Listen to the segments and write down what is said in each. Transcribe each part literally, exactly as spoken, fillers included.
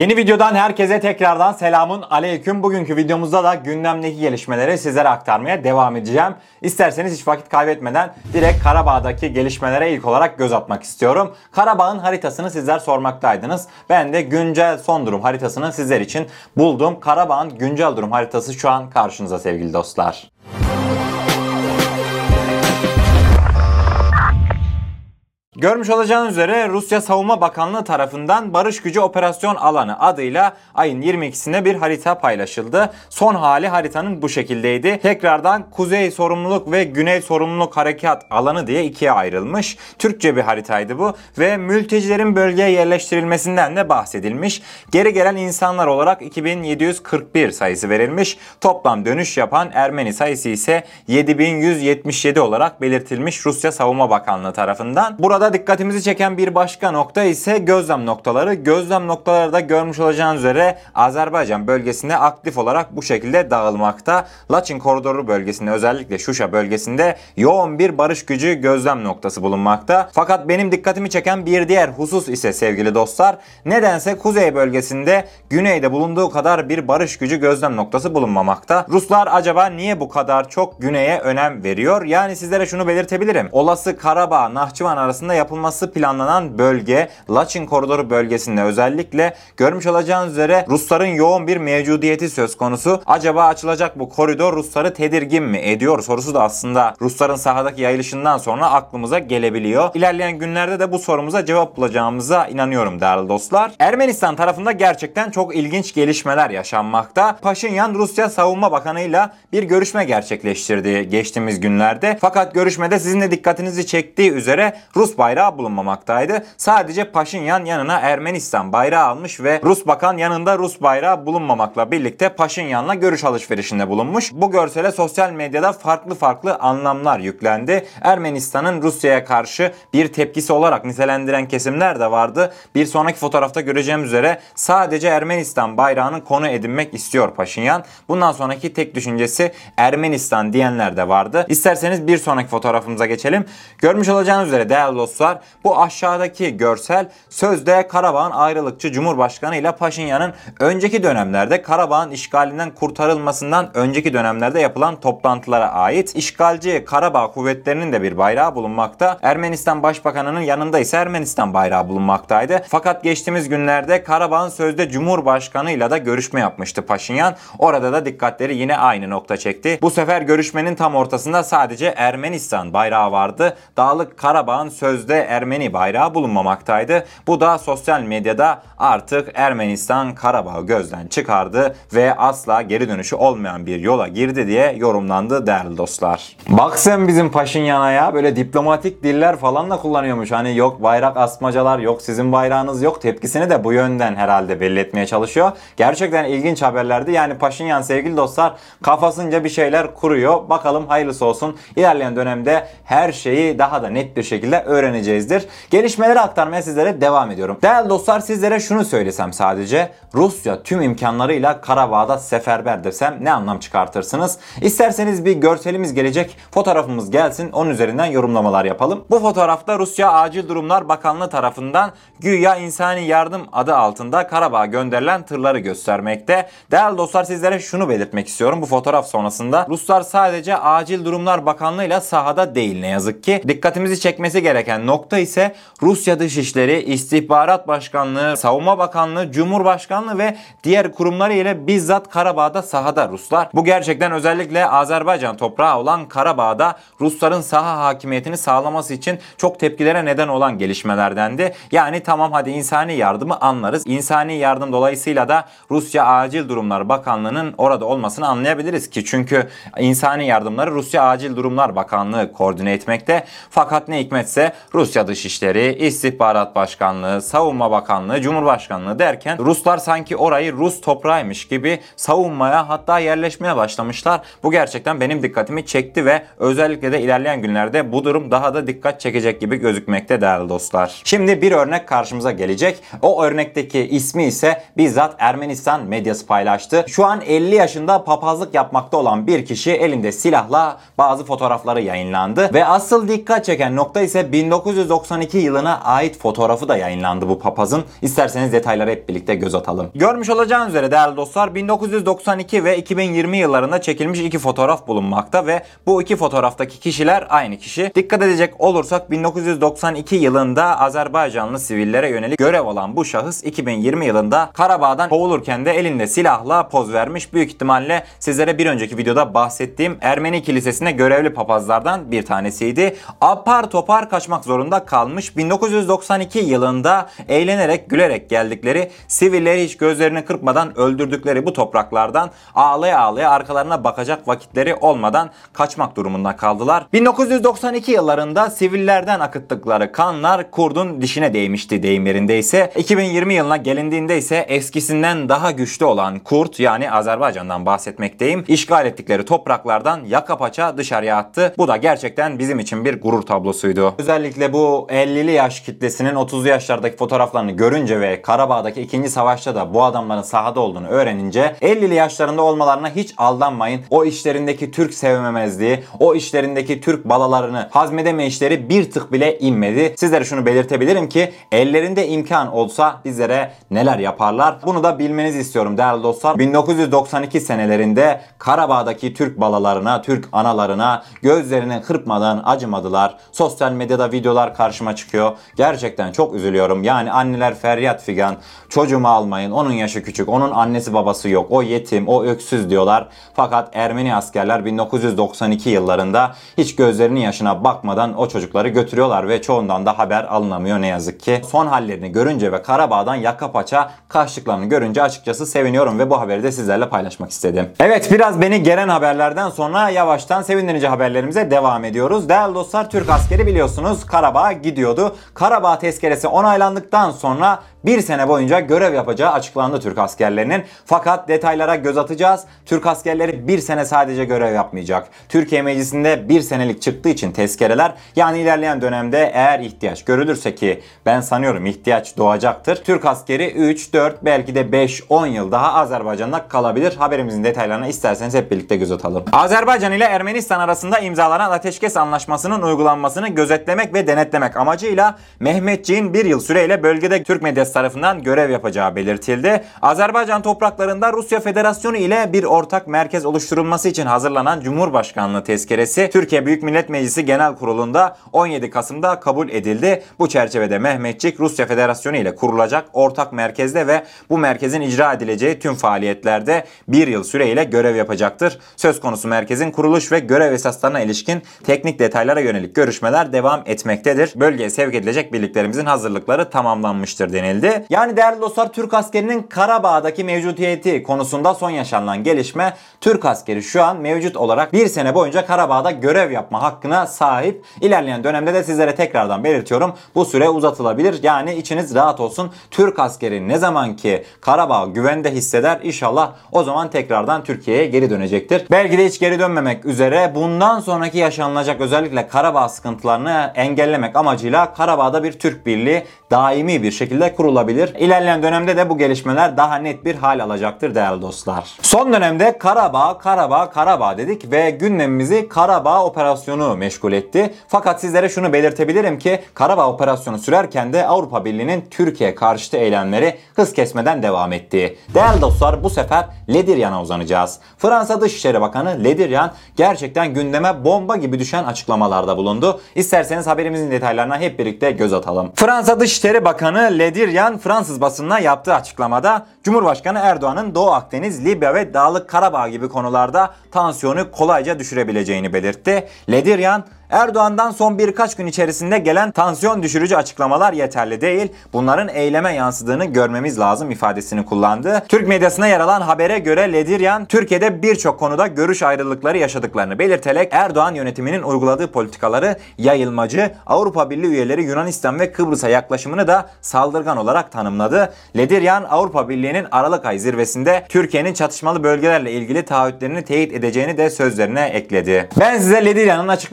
Yeni videodan herkese tekrardan selamun aleyküm. Bugünkü videomuzda da gündemdeki gelişmeleri sizlere aktarmaya devam edeceğim. İsterseniz hiç vakit kaybetmeden direkt Karabağ'daki gelişmelere ilk olarak göz atmak istiyorum. Karabağ'ın haritasını sizler sormaktaydınız. Ben de güncel son durum haritasını sizler için buldum. Karabağ'ın güncel durum haritası şu an karşınıza sevgili dostlar. Görmüş olacağınız üzere Rusya Savunma Bakanlığı tarafından Barış Gücü Operasyon Alanı adıyla ayın yirmi ikisinde bir harita paylaşıldı. Son hali haritanın bu şekildeydi. Tekrardan Kuzey Sorumluluk ve Güney Sorumluluk Harekat Alanı diye ikiye ayrılmış. Türkçe bir haritaydı bu ve mültecilerin bölgeye yerleştirilmesinden de bahsedilmiş. Geri gelen insanlar olarak iki bin yedi yüz kırk bir sayısı verilmiş. Toplam dönüş yapan Ermeni sayısı ise yedi bin yüz yetmiş yedi olarak belirtilmiş Rusya Savunma Bakanlığı tarafından. Burada dikkatimizi çeken bir başka nokta ise gözlem noktaları. Gözlem noktaları da görmüş olacağınız üzere Azerbaycan bölgesinde aktif olarak bu şekilde dağılmakta. Laçin Koridoru bölgesinde, özellikle Şuşa bölgesinde yoğun bir barış gücü gözlem noktası bulunmakta. Fakat benim dikkatimi çeken bir diğer husus ise sevgili dostlar, nedense kuzey bölgesinde güneyde bulunduğu kadar bir barış gücü gözlem noktası bulunmamakta. Ruslar acaba niye bu kadar çok güneye önem veriyor? Yani sizlere şunu belirtebilirim. Olası Karabağ, Nahçıvan arasında yapılması planlanan bölge Laçin Koridoru bölgesinde özellikle görmüş olacağınız üzere Rusların yoğun bir mevcudiyeti söz konusu. Acaba açılacak bu koridor Rusları tedirgin mi ediyor sorusu da aslında Rusların sahadaki yayılışından sonra aklımıza gelebiliyor. İlerleyen günlerde de bu sorumuza cevap bulacağımıza inanıyorum değerli dostlar. Ermenistan tarafında gerçekten çok ilginç gelişmeler yaşanmakta. Paşinyan Rusya Savunma Bakanı ile bir görüşme gerçekleştirdi geçtiğimiz günlerde. Fakat görüşmede sizin de dikkatinizi çektiği üzere Rus bayrağı bulunmamaktaydı. Sadece Paşinyan yanına Ermenistan bayrağı almış ve Rus bakan yanında Rus bayrağı bulunmamakla birlikte Paşinyan'la görüş alışverişinde bulunmuş. Bu görsele sosyal medyada farklı farklı anlamlar yüklendi. Ermenistan'ın Rusya'ya karşı bir tepkisi olarak nitelendiren kesimler de vardı. Bir sonraki fotoğrafta göreceğimiz üzere sadece Ermenistan bayrağının konu edinmek istiyor Paşinyan. Bundan sonraki tek düşüncesi Ermenistan diyenler de vardı. İsterseniz bir sonraki fotoğrafımıza geçelim. Görmüş olacağınız üzere değerli dostlar, bu aşağıdaki görsel sözde Karabağ'ın ayrılıkçı Cumhurbaşkanı ile Paşinyan'ın önceki dönemlerde Karabağ'ın işgalinden kurtarılmasından önceki dönemlerde yapılan toplantılara ait. İşgalci Karabağ kuvvetlerinin de bir bayrağı bulunmakta. Ermenistan Başbakanı'nın yanında ise Ermenistan bayrağı bulunmaktaydı. Fakat geçtiğimiz günlerde Karabağ'ın sözde Cumhurbaşkanı ile de görüşme yapmıştı Paşinyan. Orada da dikkatleri yine aynı nokta çekti. Bu sefer görüşmenin tam ortasında sadece Ermenistan bayrağı vardı. Dağlık Karabağ'ın sözde Ermeni bayrağı bulunmamaktaydı. Bu da sosyal medyada artık Ermenistan Karabağ'ı gözden çıkardı ve asla geri dönüşü olmayan bir yola girdi diye yorumlandı değerli dostlar. Bak sen bizim Paşinyan'a ya, böyle diplomatik diller falan da kullanıyormuş. Hani yok bayrak asmacalar, yok sizin bayrağınız yok, tepkisini de bu yönden herhalde belli etmeye çalışıyor. Gerçekten ilginç haberlerdi. Yani Paşinyan sevgili dostlar kafasınca bir şeyler kuruyor. Bakalım hayırlısı olsun. İlerleyen dönemde her şeyi daha da net bir şekilde öğreneceğizdir. Gelişmeleri aktarmaya sizlere devam ediyorum. Değerli dostlar, sizlere şunu söylesem sadece, Rusya tüm imkanlarıyla Karabağ'da seferber desem ne anlam çıkartırsınız? İsterseniz bir görselimiz gelecek, fotoğrafımız gelsin, onun üzerinden yorumlamalar yapalım. Bu fotoğrafta Rusya Acil Durumlar Bakanlığı tarafından güya insani yardım adı altında Karabağ'a gönderilen tırları göstermekte. Değerli dostlar, sizlere şunu belirtmek istiyorum. Bu fotoğraf sonrasında Ruslar sadece Acil Durumlar Bakanlığı ile sahada değil ne yazık ki. Dikkatimizi çekmesi gereken nokta ise Rusya Dışişleri, İstihbarat Başkanlığı, Savunma Bakanlığı, Cumhurbaşkanlığı ve diğer kurumları ile bizzat Karabağ'da sahada Ruslar. Bu gerçekten özellikle Azerbaycan toprağı olan Karabağ'da Rusların saha hakimiyetini sağlaması için çok tepkilere neden olan gelişmelerdendi. Yani tamam hadi insani yardımı anlarız. İnsani yardım dolayısıyla da Rusya Acil Durumlar Bakanlığı'nın orada olmasını anlayabiliriz ki çünkü insani yardımları Rusya Acil Durumlar Bakanlığı koordine etmekte. Fakat ne hikmetse Rusya Dışişleri, İstihbarat Başkanlığı, Savunma Bakanlığı, Cumhurbaşkanlığı derken Ruslar sanki orayı Rus toprağıymış gibi savunmaya, hatta yerleşmeye başlamışlar. Bu gerçekten benim dikkatimi çekti ve özellikle de ilerleyen günlerde bu durum daha da dikkat çekecek gibi gözükmekte değerli dostlar. Şimdi bir örnek karşımıza gelecek. O örnekteki ismi ise bizzat Ermenistan medyası paylaştı. Şu an elli yaşında papazlık yapmakta olan bir kişi elinde silahla bazı fotoğrafları yayınlandı ve asıl dikkat çeken nokta ise bin dokuz yüz dokuz yüz doksan iki yılına ait fotoğrafı da yayınlandı bu papazın. İsterseniz detaylara hep birlikte göz atalım. Görmüş olacağınız üzere değerli dostlar, bin dokuz yüz doksan iki ve iki bin yirmi yıllarında çekilmiş iki fotoğraf bulunmakta ve bu iki fotoğraftaki kişiler aynı kişi. Dikkat edecek olursak bin dokuz yüz doksan iki yılında Azerbaycanlı sivillere yönelik görev olan bu şahıs iki bin yirmi yılında Karabağ'dan kovulurken de elinde silahla poz vermiş. Büyük ihtimalle sizlere bir önceki videoda bahsettiğim Ermeni kilisesinde görevli papazlardan bir tanesiydi. Apar topar kaçmak zorunda kalmış. bin dokuz yüz doksan iki yılında eğlenerek gülerek geldikleri, sivilleri hiç gözlerini kırpmadan öldürdükleri bu topraklardan ağlaya ağlaya arkalarına bakacak vakitleri olmadan kaçmak durumunda kaldılar. bin dokuz yüz doksan iki yıllarında sivillerden akıttıkları kanlar kurdun dişine değmişti deyim yerindeyse. iki bin yirmi yılına gelindiğinde ise eskisinden daha güçlü olan kurt, yani Azerbaycan'dan bahsetmekteyim, işgal ettikleri topraklardan yaka paça dışarıya attı. Bu da gerçekten bizim için bir gurur tablosuydu. Özellikle bu ellili yaş kitlesinin otuzlu yaşlardaki fotoğraflarını görünce ve Karabağ'daki ikinci savaşta da bu adamların sahada olduğunu öğrenince ellili yaşlarında olmalarına hiç aldanmayın. O işlerindeki Türk sevmemezliği, o işlerindeki Türk balalarını hazmedeme işleri bir tık bile inmedi. Sizlere şunu belirtebilirim ki ellerinde imkan olsa bizlere neler yaparlar. Bunu da bilmenizi istiyorum değerli dostlar. bin dokuz yüz doksan iki senelerinde Karabağ'daki Türk balalarına, Türk analarına gözlerini kırpmadan acımadılar. Sosyal medyada videolar karşıma çıkıyor. Gerçekten çok üzülüyorum. Yani anneler feryat figan, çocuğumu almayın, onun yaşı küçük, onun annesi babası yok, o yetim, o öksüz diyorlar. Fakat Ermeni askerler bin dokuz yüz doksan iki yıllarında hiç gözlerinin yaşına bakmadan o çocukları götürüyorlar ve çoğundan da haber alınamıyor ne yazık ki. Son hallerini görünce ve Karabağ'dan yaka paça kaçtıklarını görünce açıkçası seviniyorum ve bu haberi de sizlerle paylaşmak istedim. Evet, biraz beni geren haberlerden sonra yavaştan sevindirici haberlerimize devam ediyoruz. Değerli dostlar, Türk askeri biliyorsunuz Karabağ'a gidiyordu. Karabağ tezkeresi onaylandıktan sonra bir sene boyunca görev yapacağı açıklandı Türk askerlerinin. Fakat detaylara göz atacağız. Türk askerleri bir sene sadece görev yapmayacak. Türkiye Meclisi'nde bir senelik çıktığı için tezkereler, yani ilerleyen dönemde eğer ihtiyaç görülürse, ki ben sanıyorum ihtiyaç doğacaktır, Türk askeri üç, dört, belki de beş, on yıl daha Azerbaycan'da kalabilir. Haberimizin detaylarına isterseniz hep birlikte göz atalım. Azerbaycan ile Ermenistan arasında imzalanan ateşkes anlaşmasının uygulanmasını gözetlemek ve denetlemek amacıyla Mehmetçiğin bir yıl süreyle bölgede Türk medyası tarafından görev yapacağı belirtildi. Azerbaycan topraklarında Rusya Federasyonu ile bir ortak merkez oluşturulması için hazırlanan Cumhurbaşkanlığı tezkeresi Türkiye Büyük Millet Meclisi Genel Kurulu'nda on yedi Kasım'da kabul edildi. Bu çerçevede Mehmetçik Rusya Federasyonu ile kurulacak ortak merkezde ve bu merkezin icra edileceği tüm faaliyetlerde bir yıl süreyle görev yapacaktır. Söz konusu merkezin kuruluş ve görev esaslarına ilişkin teknik detaylara yönelik görüşmeler devam etmektedir. Bölgeye sevk edilecek birliklerimizin hazırlıkları tamamlanmıştır denildi. Yani değerli dostlar, Türk askerinin Karabağ'daki mevcudiyeti konusunda son yaşanılan gelişme, Türk askeri şu an mevcut olarak bir sene boyunca Karabağ'da görev yapma hakkına sahip. İlerleyen dönemde de sizlere tekrardan belirtiyorum, bu süre uzatılabilir. Yani içiniz rahat olsun. Türk askeri ne zaman ki Karabağ güvende hisseder, inşallah o zaman tekrardan Türkiye'ye geri dönecektir. Belki de hiç geri dönmemek üzere bundan sonraki yaşanılacak özellikle Karabağ sıkıntılarını engellemek amacıyla Karabağ'da bir Türk birliği daimi bir şekilde kurulabilir. İlerleyen dönemde de bu gelişmeler daha net bir hal alacaktır değerli dostlar. Son dönemde Karabağ, Karabağ, Karabağ dedik ve gündemimizi Karabağ operasyonu meşgul etti. Fakat sizlere şunu belirtebilirim ki Karabağ operasyonu sürerken de Avrupa Birliği'nin Türkiye karşıtı eylemleri hız kesmeden devam etti. Değerli dostlar, bu sefer Lediryan'a uzanacağız. Fransa Dışişleri Bakanı Lediryan gerçekten gündeme bomba gibi düşen açıklamalarda bulundu. İsterseniz haberimizin detaylarına hep birlikte göz atalım. Fransa Dışişleri Bakanı Lediryan Fransız basınına yaptığı açıklamada Cumhurbaşkanı Erdoğan'ın Doğu Akdeniz, Libya ve Dağlık Karabağ gibi konularda tansiyonu kolayca düşürebileceğini belirtti. Lediryan, Erdoğan'dan son birkaç gün içerisinde gelen tansiyon düşürücü açıklamalar yeterli değil, bunların eyleme yansıdığını görmemiz lazım ifadesini kullandı. Türk medyasına yer alan habere göre Lediryan, Türkiye'de birçok konuda görüş ayrılıkları yaşadıklarını belirterek Erdoğan yönetiminin uyguladığı politikaları yayılmacı, Avrupa Birliği üyeleri Yunanistan ve Kıbrıs'a yaklaşımını da saldırgan olarak tanımladı. Lediryan, Avrupa Birliği'nin Aralık ayı zirvesinde Türkiye'nin çatışmalı bölgelerle ilgili taahhütlerini teyit edeceğini de sözlerine ekledi. Ben size Lediryan'ın açıklamasını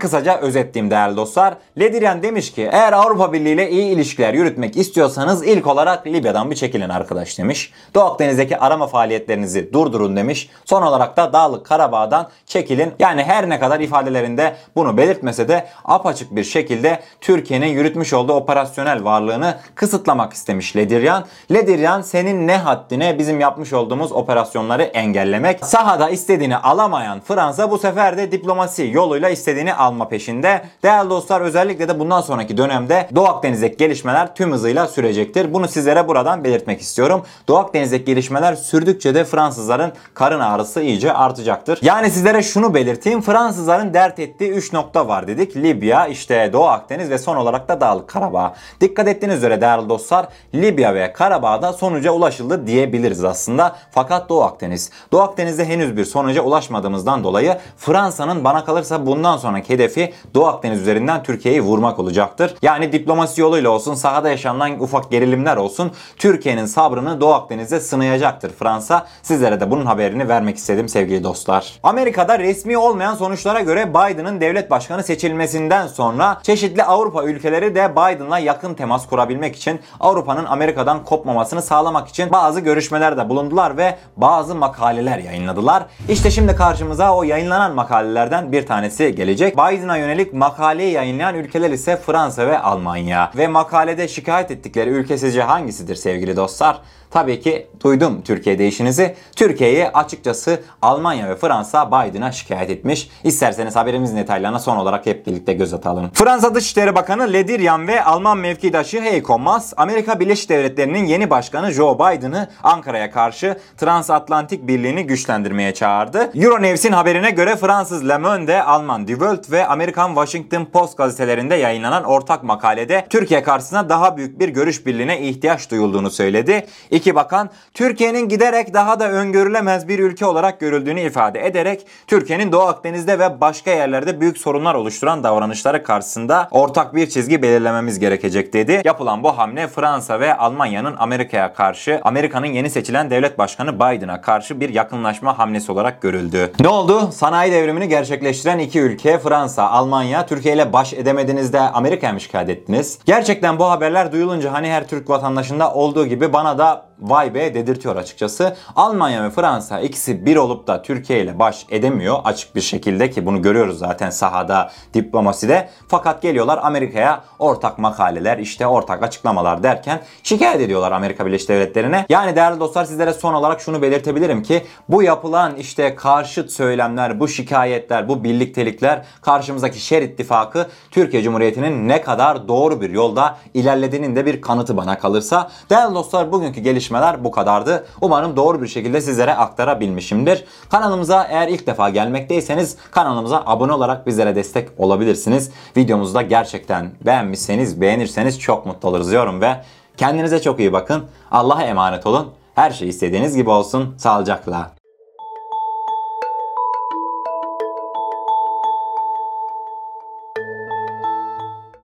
kısaca özetleyeyim değerli dostlar. Ledirian demiş ki eğer Avrupa Birliği ile iyi ilişkiler yürütmek istiyorsanız ilk olarak Libya'dan bir çekilin arkadaş demiş. Doğu Akdeniz'deki arama faaliyetlerinizi durdurun demiş. Son olarak da Dağlık Karabağ'dan çekilin. Yani her ne kadar ifadelerinde bunu belirtmese de apaçık bir şekilde Türkiye'nin yürütmüş olduğu operasyonel varlığını kısıtlamak istemiş Ledirian. Ledirian senin ne haddine bizim yapmış olduğumuz operasyonları engellemek. Sahada istediğini alamayan Fransa bu sefer de diplomasi yoluyla istediğini alma peşinde. Değerli dostlar, özellikle de bundan sonraki dönemde Doğu Akdeniz'deki gelişmeler tüm hızıyla sürecektir. Bunu sizlere buradan belirtmek istiyorum. Doğu Akdeniz'deki gelişmeler sürdükçe de Fransızların karın ağrısı iyice artacaktır. Yani sizlere şunu belirteyim. Fransızların dert ettiği üç nokta var dedik. Libya, işte Doğu Akdeniz ve son olarak da Dağlık Karabağ. Dikkat ettiğiniz üzere değerli dostlar, Libya ve Karabağ'da sonuca ulaşıldı diyebiliriz aslında. Fakat Doğu Akdeniz. Doğu Akdeniz'de henüz bir sonuca ulaşmadığımızdan dolayı Fransa'nın bana kalırsa bundan sonraki hedefi Doğu Akdeniz üzerinden Türkiye'yi vurmak olacaktır. Yani diplomasi yoluyla olsun, sahada yaşanan ufak gerilimler olsun, Türkiye'nin sabrını Doğu Akdeniz'de sınayacaktır Fransa. Sizlere de bunun haberini vermek istedim sevgili dostlar. Amerika'da resmi olmayan sonuçlara göre Biden'ın devlet başkanı seçilmesinden sonra çeşitli Avrupa ülkeleri de Biden'la yakın temas kurabilmek için, Avrupa'nın Amerika'dan kopmamasını sağlamak için bazı görüşmelerde bulundular ve bazı makaleler yayınladılar. İşte şimdi karşımıza o yayınlanan makalelerden bir tanesi gelecek. Biden'a yönelik makaleyi yayınlayan ülkeler ise Fransa ve Almanya. Ve makalede şikayet ettikleri ülke sizce hangisidir sevgili dostlar? Tabii ki duydum Türkiye'de işinizi. Türkiye'yi açıkçası Almanya ve Fransa Biden'a şikayet etmiş. İsterseniz haberimizin detaylarına son olarak hep birlikte göz atalım. Fransa Dışişleri Bakanı Ledirian ve Alman mevkidaşı Heiko Maas, Amerika Birleşik Devletleri'nin yeni başkanı Joe Biden'ı Ankara'ya karşı transatlantik birliğini güçlendirmeye çağırdı. Euronews'in haberine göre Fransız Le Monde, Alman Die Welt ve Amerikan Washington Post gazetelerinde yayınlanan ortak makalede Türkiye karşısında daha büyük bir görüş birliğine ihtiyaç duyulduğunu söyledi. İki bakan Türkiye'nin giderek daha da öngörülemez bir ülke olarak görüldüğünü ifade ederek Türkiye'nin Doğu Akdeniz'de ve başka yerlerde büyük sorunlar oluşturan davranışları karşısında ortak bir çizgi belirlememiz gerekecek dedi. Yapılan bu hamle Fransa ve Almanya'nın Amerika'ya karşı, Amerika'nın yeni seçilen devlet başkanı Biden'a karşı bir yakınlaşma hamlesi olarak görüldü. Ne oldu? Sanayi devrimini gerçekleştiren iki ülke Fransa, Almanya, Türkiye ile baş edemediniz de Amerika'ya mı şikayet ettiniz? Gerçekten bu haberler duyulunca hani her Türk vatandaşında olduğu gibi bana da vay be dedirtiyor açıkçası. Almanya ve Fransa ikisi bir olup da Türkiye ile baş edemiyor açık bir şekilde, ki bunu görüyoruz zaten sahada, diplomaside. Fakat geliyorlar Amerika'ya ortak makaleler, işte ortak açıklamalar derken şikayet ediyorlar Amerika Birleşik Devletleri'ne. Yani değerli dostlar, sizlere son olarak şunu belirtebilirim ki bu yapılan işte karşıt söylemler, bu şikayetler, bu birliktelikler karşımızdaki şer ittifakı Türkiye Cumhuriyeti'nin ne kadar doğru bir yolda ilerlediğinin de bir kanıtı bana kalırsa. Değerli dostlar, bugünkü gelişmeler bu kadardı. Umarım doğru bir şekilde sizlere aktarabilmişimdir. Kanalımıza eğer ilk defa gelmekteyseniz kanalımıza abone olarak bizlere destek olabilirsiniz. Videomuzu da gerçekten beğenmişseniz, beğenirseniz çok mutlu oluruz diyorum ve kendinize çok iyi bakın. Allah'a emanet olun. Her şey istediğiniz gibi olsun. Sağlıcakla.